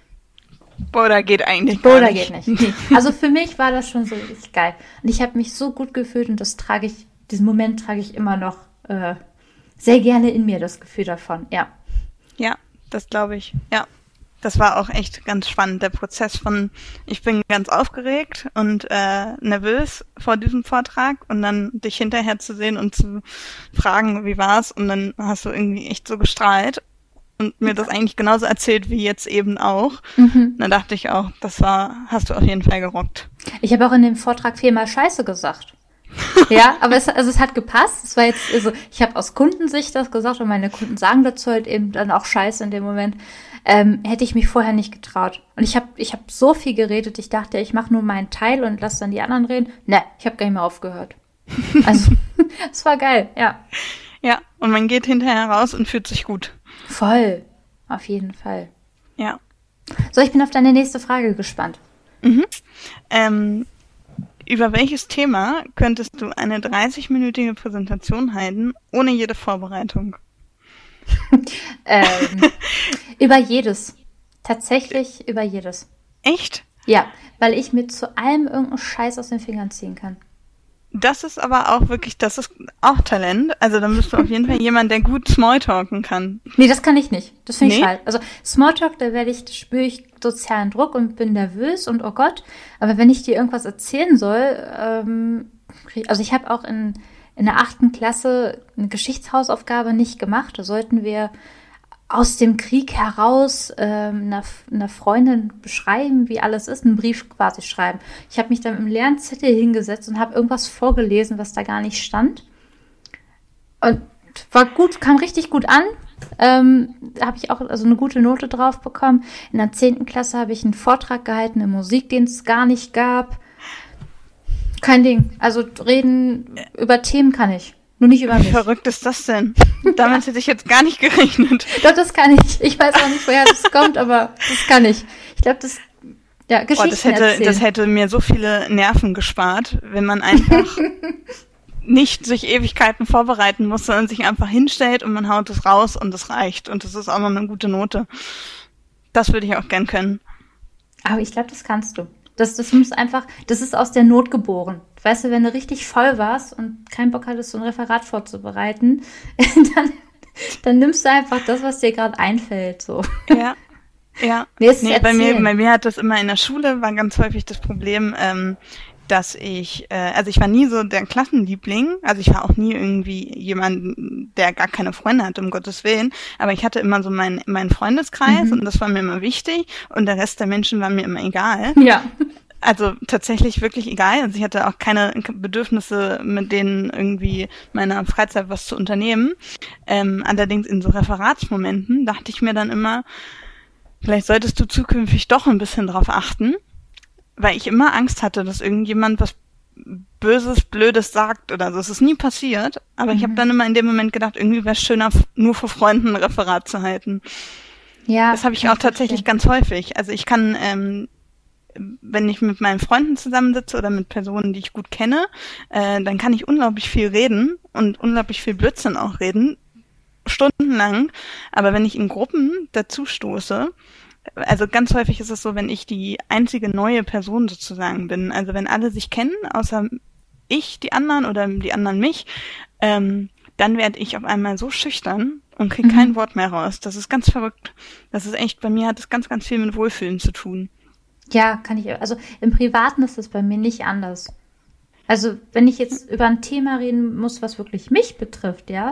Boulder geht eigentlich Boulder gar nicht. geht nicht. Nee. Also für mich war das schon so richtig geil. Und ich habe mich so gut gefühlt und das trage ich, diesen Moment trage ich immer noch äh, sehr gerne in mir, das Gefühl davon. Ja. Ja, das glaube ich. Ja, das war auch echt ganz spannend, der Prozess von, ich bin ganz aufgeregt und äh, nervös vor diesem Vortrag und dann dich hinterher zu sehen und zu fragen, wie war's? Und dann hast du irgendwie echt so gestrahlt und mir das eigentlich genauso erzählt wie jetzt eben auch. Mhm. Dann dachte ich auch, das war, hast du auf jeden Fall gerockt. Ich habe auch in dem Vortrag viermal Scheiße gesagt. Ja, aber es, also es hat gepasst. Es war jetzt, also ich habe aus Kundensicht das gesagt und meine Kunden sagen dazu halt eben dann auch Scheiße in dem Moment. Ähm, hätte ich mich vorher nicht getraut. Und ich habe ich hab so viel geredet, ich dachte, ich mache nur meinen Teil und lasse dann die anderen reden. Ne, ich habe gar nicht mehr aufgehört. Also, es war geil, ja. Ja, und man geht hinterher raus und fühlt sich gut. Voll, auf jeden Fall. Ja. So, ich bin auf deine nächste Frage gespannt. Mhm. Ähm, über welches Thema könntest du eine dreißig-minütige Präsentation halten, ohne jede Vorbereitung? ähm, über jedes. Tatsächlich über jedes. Echt? Ja, weil ich mir zu allem irgendeinen Scheiß aus den Fingern ziehen kann. Das ist aber auch wirklich, das ist auch Talent. Also dann bist du auf jeden Fall jemand, der gut Smalltalken kann. Nee, das kann ich nicht. Das finde ich Nee? schade. Also Smalltalk, da werde ich, da spüre ich sozialen Druck und bin nervös und oh Gott. Aber wenn ich dir irgendwas erzählen soll, ähm, krieg- also ich habe auch in, in der achten Klasse eine Geschichtshausaufgabe nicht gemacht. Da sollten wir aus dem Krieg heraus ähm, einer, einer Freundin beschreiben, wie alles ist, einen Brief quasi schreiben. Ich habe mich dann im leeren Zettel hingesetzt und habe irgendwas vorgelesen, was da gar nicht stand. Und war gut, kam richtig gut an. Ähm, da habe ich auch also eine gute Note drauf bekommen. In der zehnten Klasse habe ich einen Vortrag gehalten im Musik, den es gar nicht gab. Kein Ding. Also reden über Themen kann ich. Nur nicht über Wie mich. verrückt ist das denn? Damit hätte ich jetzt gar nicht gerechnet. Doch, das kann ich. Ich weiß auch nicht, woher das kommt, aber das kann ich. Ich glaube, das, ja, Geschichten Boah, das hätte, erzählen. das hätte mir so viele Nerven gespart, wenn man einfach nicht sich Ewigkeiten vorbereiten muss, sondern sich einfach hinstellt und man haut es raus und es reicht. Und das ist auch noch eine gute Note. Das würde ich auch gern können. Aber ich glaube, das kannst du. Das, das muss einfach, das ist aus der Not geboren. Weißt du, wenn du richtig voll warst und keinen Bock hattest, so ein Referat vorzubereiten, dann, dann nimmst du einfach das, was dir gerade einfällt. So. Ja, ja. Mir ist Nee, bei mir, erzählen. bei mir hat das immer in der Schule, war ganz häufig das Problem, ähm, dass ich, äh, also ich war nie so der Klassenliebling, also ich war auch nie irgendwie jemand, der gar keine Freunde hatte, um Gottes Willen, aber ich hatte immer so meinen meinen Freundeskreis Mhm. und das war mir immer wichtig und der Rest der Menschen war mir immer egal. Ja. Also tatsächlich wirklich egal. Also ich hatte auch keine Bedürfnisse, mit denen irgendwie meiner Freizeit was zu unternehmen. Ähm, allerdings in so Referatsmomenten dachte ich mir dann immer, vielleicht solltest du zukünftig doch ein bisschen drauf achten, weil ich immer Angst hatte, dass irgendjemand was Böses, Blödes sagt oder so. Es ist nie passiert, aber ich habe Mhm. dann immer in dem Moment gedacht, irgendwie wäre es schöner, f- nur vor Freunden ein Referat zu halten. Ja. Das habe ich kann auch tatsächlich verstehen. ganz häufig. Also ich kann, ähm, wenn ich mit meinen Freunden zusammensitze oder mit Personen, die ich gut kenne, äh, dann kann ich unglaublich viel reden und unglaublich viel Blödsinn auch reden, stundenlang. Aber wenn ich in Gruppen dazu stoße, also ganz häufig ist es so, wenn ich die einzige neue Person sozusagen bin, also wenn alle sich kennen, außer ich die anderen oder die anderen mich, ähm, dann werde ich auf einmal so schüchtern und kriege Mhm. kein Wort mehr raus. Das ist ganz verrückt. Das ist echt, bei mir hat das ganz, ganz viel mit Wohlfühlen zu tun. Ja, kann ich. Also im Privaten ist es bei mir nicht anders. Also wenn ich jetzt über ein Thema reden muss, was wirklich mich betrifft, ja,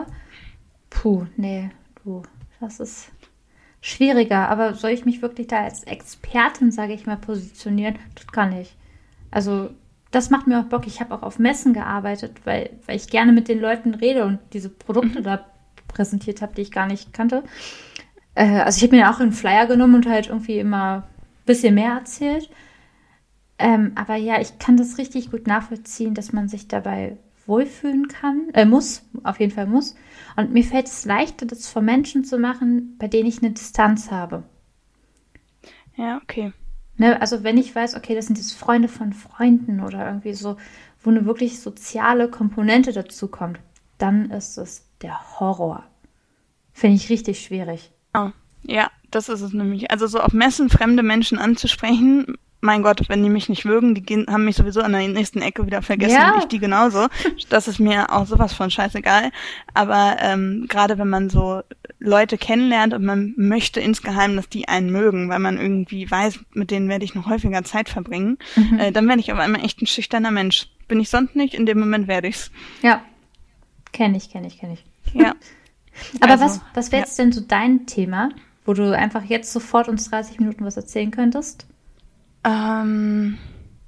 puh, nee, du, das ist schwieriger. Aber soll ich mich wirklich da als Expertin, sage ich mal, positionieren? Das kann ich. Also das macht mir auch Bock. Ich habe auch auf Messen gearbeitet, weil, weil ich gerne mit den Leuten rede und diese Produkte da präsentiert habe, die ich gar nicht kannte. Äh, also ich habe mir auch einen Flyer genommen und halt irgendwie immer ein bisschen mehr erzählt. Ähm, aber ja, ich kann das richtig gut nachvollziehen, dass man sich dabei wohlfühlen kann, äh, muss, auf jeden Fall muss. Und mir fällt es leichter, das vor Menschen zu machen, bei denen ich eine Distanz habe. Ja, okay. Ne? Also wenn ich weiß, okay, das sind jetzt Freunde von Freunden oder irgendwie so, wo eine wirklich soziale Komponente dazu kommt, dann ist es der Horror. Finde ich richtig schwierig. Oh, ja, das ist es nämlich. Also so auf Messen fremde Menschen anzusprechen, mein Gott, wenn die mich nicht mögen, die gehen, haben mich sowieso an der nächsten Ecke wieder vergessen Ja. und ich die genauso. Das ist mir auch sowas von scheißegal. Aber ähm, gerade wenn man so Leute kennenlernt und man möchte insgeheim, dass die einen mögen, weil man irgendwie weiß, mit denen werde ich noch häufiger Zeit verbringen, Mhm. äh, dann werde ich auf einmal echt ein schüchterner Mensch. Bin ich sonst nicht, in dem Moment werde ich's. Ja, kenne ich, kenne ich, kenne ich. Ja. Aber Also, was, was wäre ja. jetzt denn so dein Thema, wo du einfach jetzt sofort uns dreißig Minuten was erzählen könntest? Ähm,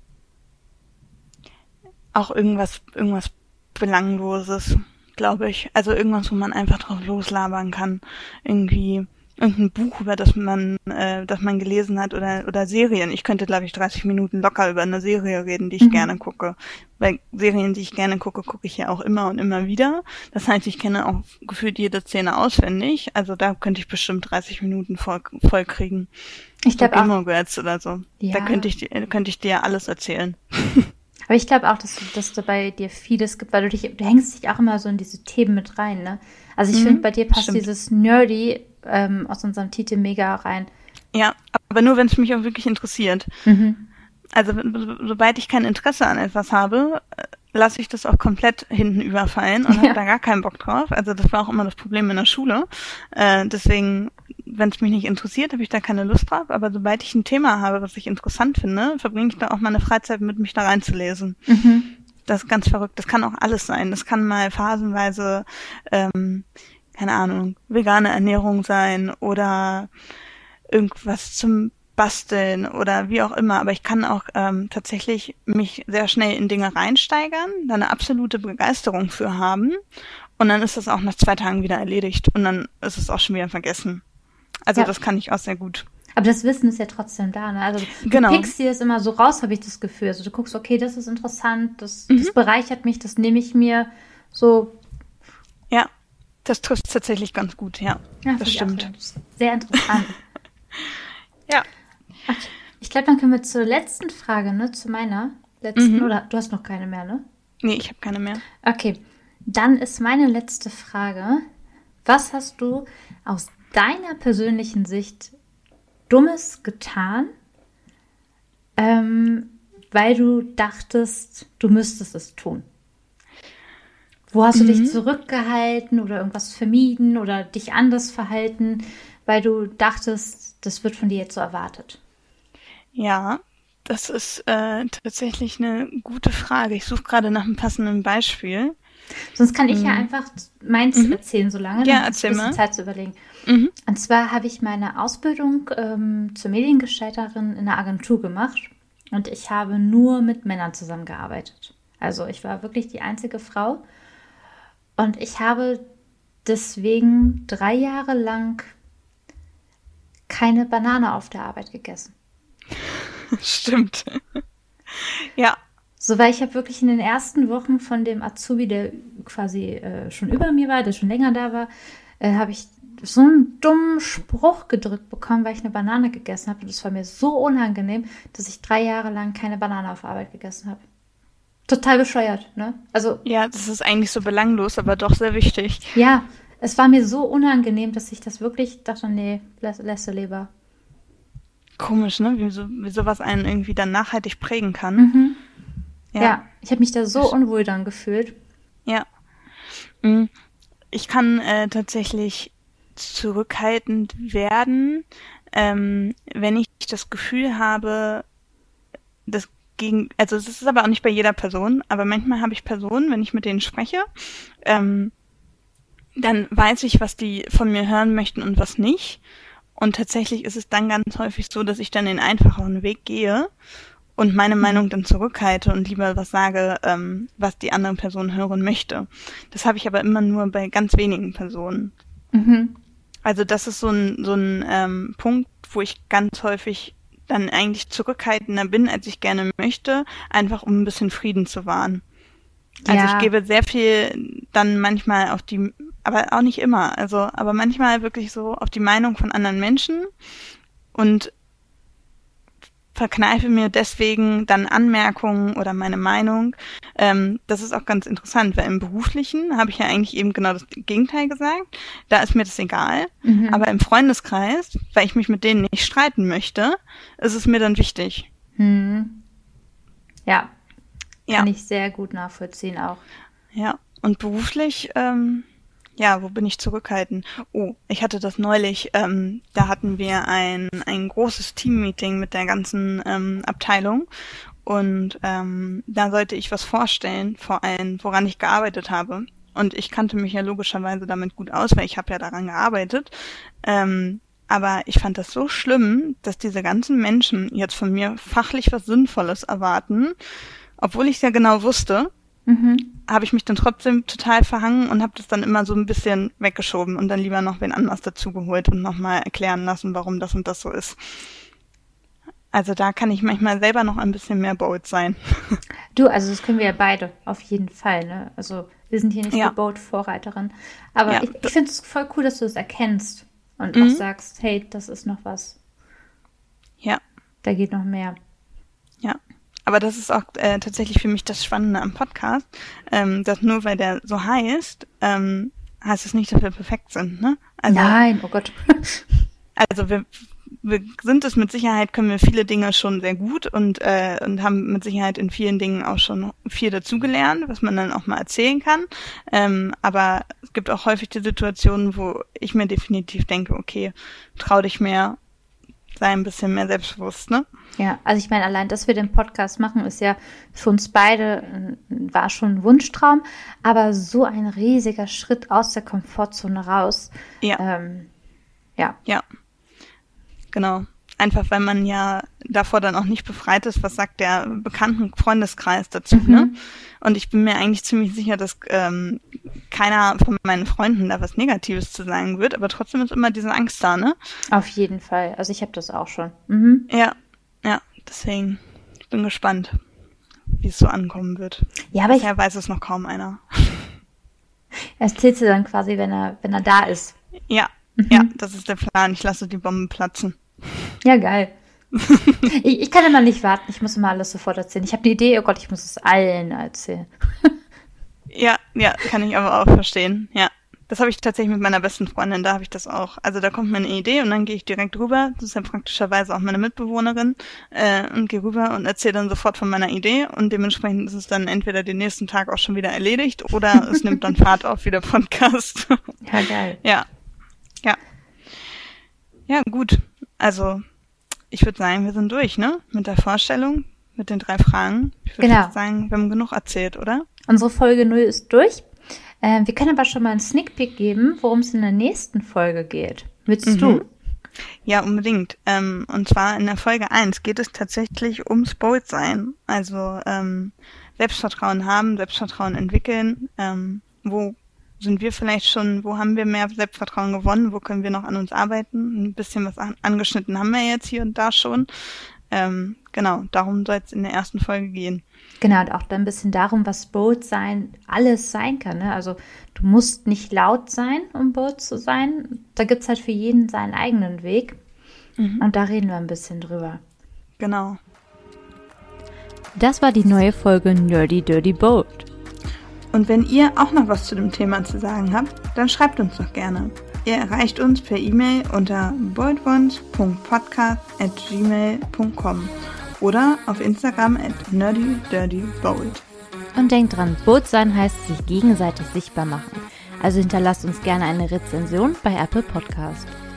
auch irgendwas, irgendwas Belangloses, glaube ich. Also irgendwas, wo man einfach drauf loslabern kann. Irgendwie irgendein Buch, über das man, äh, das man gelesen hat oder oder Serien. Ich könnte, glaube ich, dreißig Minuten locker über eine Serie reden, die ich Mhm. gerne gucke. Weil Serien, die ich gerne gucke, gucke ich ja auch immer und immer wieder. Das heißt, ich kenne auch gefühlt jede Szene auswendig. Also da könnte ich bestimmt dreißig Minuten voll, voll kriegen. Ich So glaube auch, Gilmore Girls oder so. Ja. Da könnte ich, dir- könnte ich dir alles erzählen. aber ich glaube auch, dass, du- dass da bei dir vieles gibt, weil du dich, du hängst dich auch immer so in diese Themen mit rein, ne? Also ich Mhm, finde, bei dir passt stimmt. dieses Nerdy ähm, aus unserem Titel mega rein. Ja, aber nur, wenn es mich auch wirklich interessiert. Mhm. Also so- sobald ich kein Interesse an etwas habe, äh, lasse ich das auch komplett hinten überfallen und Ja. habe da gar keinen Bock drauf. Also das war auch immer das Problem in der Schule. Äh, deswegen, wenn es mich nicht interessiert, habe ich da keine Lust drauf. Aber sobald ich ein Thema habe, was ich interessant finde, verbringe ich da auch meine Freizeit mit, mich da reinzulesen. Mhm. Das ist ganz verrückt. Das kann auch alles sein. Das kann mal phasenweise, ähm, keine Ahnung, vegane Ernährung sein oder irgendwas zum Basteln oder wie auch immer. Aber ich kann auch ähm, tatsächlich mich sehr schnell in Dinge reinsteigern, da eine absolute Begeisterung für haben und dann ist das auch nach zwei Tagen wieder erledigt und dann ist es auch schon wieder vergessen. Also Ja. das kann ich auch sehr gut. Aber das Wissen ist ja trotzdem da, ne? Also du Genau. pickst dir das immer so raus, habe ich das Gefühl. Also du guckst, okay, das ist interessant, das, Mhm. das bereichert mich, das nehme ich mir so. Ja, das trifft tatsächlich ganz gut, ja. Ja, das finde ich auch stimmt. sehr interessant. Ja. Okay. Ich glaube, dann können wir zur letzten Frage, ne? Zu meiner letzten. Mhm. Oder du hast noch keine mehr, ne? Nee, ich habe keine mehr. Okay. Dann ist meine letzte Frage. Was hast du aus deiner persönlichen Sicht Dummes getan, ähm, weil du dachtest, du müsstest es tun? Wo hast du Mhm. dich zurückgehalten oder irgendwas vermieden oder dich anders verhalten, weil du dachtest, das wird von dir jetzt so erwartet? Ja, das ist äh, tatsächlich eine gute Frage. Ich suche gerade nach einem passenden Beispiel. Sonst kann ich ja Mhm. einfach meins Mhm. erzählen, solange. Ja, dann hast du erzähl ein bisschen mal. Zeit zu überlegen. Mhm. Und zwar habe ich meine Ausbildung ähm, zur Mediengestalterin in einer Agentur gemacht und ich habe nur mit Männern zusammengearbeitet. Also ich war wirklich die einzige Frau und ich habe deswegen drei Jahre lang keine Banane auf der Arbeit gegessen. Stimmt. Ja. So, weil ich habe wirklich in den ersten Wochen von dem Azubi, der quasi äh, schon über mir war, der schon länger da war, äh, habe ich so einen dummen Spruch gedrückt bekommen, weil ich eine Banane gegessen habe. Und das war mir so unangenehm, dass ich drei Jahre lang keine Banane auf Arbeit gegessen habe. Total bescheuert, ne? Also, Ja, das ist eigentlich so belanglos, aber doch sehr wichtig. ja, es war mir so unangenehm, dass ich das wirklich dachte, nee, lässt, lässt du lieber. Komisch, ne? Wie, so, wie sowas einen irgendwie dann nachhaltig prägen kann. Mhm. Ja. Ja. ich habe mich da so unwohl dann gefühlt. Ja. Mm, Ich kann äh, tatsächlich zurückhaltend werden, ähm, wenn ich das Gefühl habe, das gegen, also es ist aber auch nicht bei jeder Person, aber manchmal habe ich Personen, wenn ich mit denen spreche, ähm, dann weiß ich, was die von mir hören möchten und was nicht. Und tatsächlich ist es dann ganz häufig so, dass ich dann den einfacheren Weg gehe und meine Meinung dann zurückhalte und lieber was sage, ähm, was die andere Person hören möchte. Das habe ich aber immer nur bei ganz wenigen Personen. Mhm. Also das ist so ein, so ein ähm, Punkt, wo ich ganz häufig dann eigentlich zurückhaltender bin, als ich gerne möchte, einfach um ein bisschen Frieden zu wahren. Also Ja. ich gebe sehr viel dann manchmal auf die, aber auch nicht immer, also aber manchmal wirklich so auf die Meinung von anderen Menschen und verkneife mir deswegen dann Anmerkungen oder meine Meinung. Ähm, das ist auch ganz interessant, weil im Beruflichen habe ich ja eigentlich eben genau das Gegenteil gesagt. Da ist mir das egal. Mhm. Aber im Freundeskreis, weil ich mich mit denen nicht streiten möchte, ist es mir dann wichtig. Hm. Ja, Ja, kann ich sehr gut nachvollziehen auch. ja. Und beruflich, ähm, ja, wo bin ich zurückhaltend? Oh, ich hatte das neulich, ähm, da hatten wir ein, ein großes Teammeeting mit der ganzen ähm, Abteilung und ähm, da sollte ich was vorstellen, vor allem, woran ich gearbeitet habe. Und ich kannte mich ja logischerweise damit gut aus, weil ich habe ja daran gearbeitet. Ähm, aber ich fand das so schlimm, dass diese ganzen Menschen jetzt von mir fachlich was Sinnvolles erwarten, obwohl ich es ja genau wusste, Mhm. habe ich mich dann trotzdem total verhangen und habe das dann immer so ein bisschen weggeschoben und dann lieber noch wen anders dazugeholt und nochmal erklären lassen, warum das und das so ist. Also da kann ich manchmal selber noch ein bisschen mehr bold sein. Du, also das können wir ja beide, auf jeden Fall, ne? Also wir sind hier nicht Ja. die Boat-Vorreiterin. Aber Ja. ich, ich finde es voll cool, dass du es erkennst und Mhm. auch sagst, hey, das ist noch was. Ja, Da geht noch mehr. ja. Aber das ist auch äh, tatsächlich für mich das Spannende am Podcast, ähm, dass nur weil der so heißt, ähm, heißt es nicht, dass wir perfekt sind, ne? Also, Nein, oh Gott. also wir, wir sind es mit Sicherheit, können wir viele Dinge schon sehr gut und äh, und haben mit Sicherheit in vielen Dingen auch schon viel dazugelernt, was man dann auch mal erzählen kann. Ähm, aber es gibt auch häufig die Situationen, wo ich mir definitiv denke, okay, trau dich mehr, sei ein bisschen mehr selbstbewusst, ne? Ja, also ich meine, allein, dass wir den Podcast machen, ist ja für uns beide, äh, war schon ein Wunschtraum, aber so ein riesiger Schritt aus der Komfortzone raus. Ja. Ähm, ja. Ja. Genau. Einfach, weil man ja davor dann auch nicht befreit ist, was sagt der bekannten Freundeskreis dazu, Mhm. ne? Und ich bin mir eigentlich ziemlich sicher, dass ähm, keiner von meinen Freunden da was Negatives zu sagen wird, aber trotzdem ist immer diese Angst da, ne? Auf jeden Fall. Also ich habe das auch schon. Mhm. Ja, ja, deswegen, ich bin gespannt, wie es so ankommen wird. Ja, aber ich Bisher weiß es noch kaum einer. erzählst du dann quasi, wenn er, wenn er da ist. Ja, Mhm. ja, das ist der Plan. Ich lasse die Bombe platzen. Ja, geil. ich, ich kann immer nicht warten. Ich muss immer alles sofort erzählen. Ich habe eine Idee, oh Gott, ich muss es allen erzählen. Ja, ja, kann ich aber auch verstehen. Ja, das habe ich tatsächlich mit meiner besten Freundin. Da habe ich das auch. Also da kommt mir eine Idee und dann gehe ich direkt rüber. Das ist ja praktischerweise auch meine Mitbewohnerin äh, und gehe rüber und erzähle dann sofort von meiner Idee und dementsprechend ist es dann entweder den nächsten Tag auch schon wieder erledigt oder es nimmt dann Fahrt auf wie der Podcast. Ja, geil. Ja, ja, ja, gut. Also ich würde sagen, wir sind durch, ne? Mit der Vorstellung, mit den drei Fragen. Ich würde Genau. fast sagen, wir haben genug erzählt, oder? Unsere Folge null ist durch. Ähm, wir können aber schon mal einen Sneak Peek geben, worum es in der nächsten Folge geht. Willst Mhm. du? Ja, unbedingt. Ähm, und zwar in der Folge eins geht es tatsächlich ums Boldsein. Also ähm, Selbstvertrauen haben, Selbstvertrauen entwickeln. Ähm, wo sind wir vielleicht schon, wo haben wir mehr Selbstvertrauen gewonnen? Wo können wir noch an uns arbeiten? Ein bisschen was an, angeschnitten haben wir jetzt hier und da schon. Ähm, genau, darum soll es in der ersten Folge gehen. Genau, und auch dann ein bisschen darum, was bold sein alles sein kann. Ne? Also du musst nicht laut sein, um bold zu sein. Da gibt es halt für jeden seinen eigenen Weg. Mhm. Und da reden wir ein bisschen drüber. Genau. Das war die neue Folge Nerdy Dirty Bold. Und wenn ihr auch noch was zu dem Thema zu sagen habt, dann schreibt uns doch gerne. Ihr erreicht uns per E-Mail unter boldones punkt podcast at gmail punkt com oder auf Instagram at nerdydirtybold. Und denkt dran, bold sein heißt sich gegenseitig sichtbar machen. Also hinterlasst uns gerne eine Rezension bei Apple Podcast.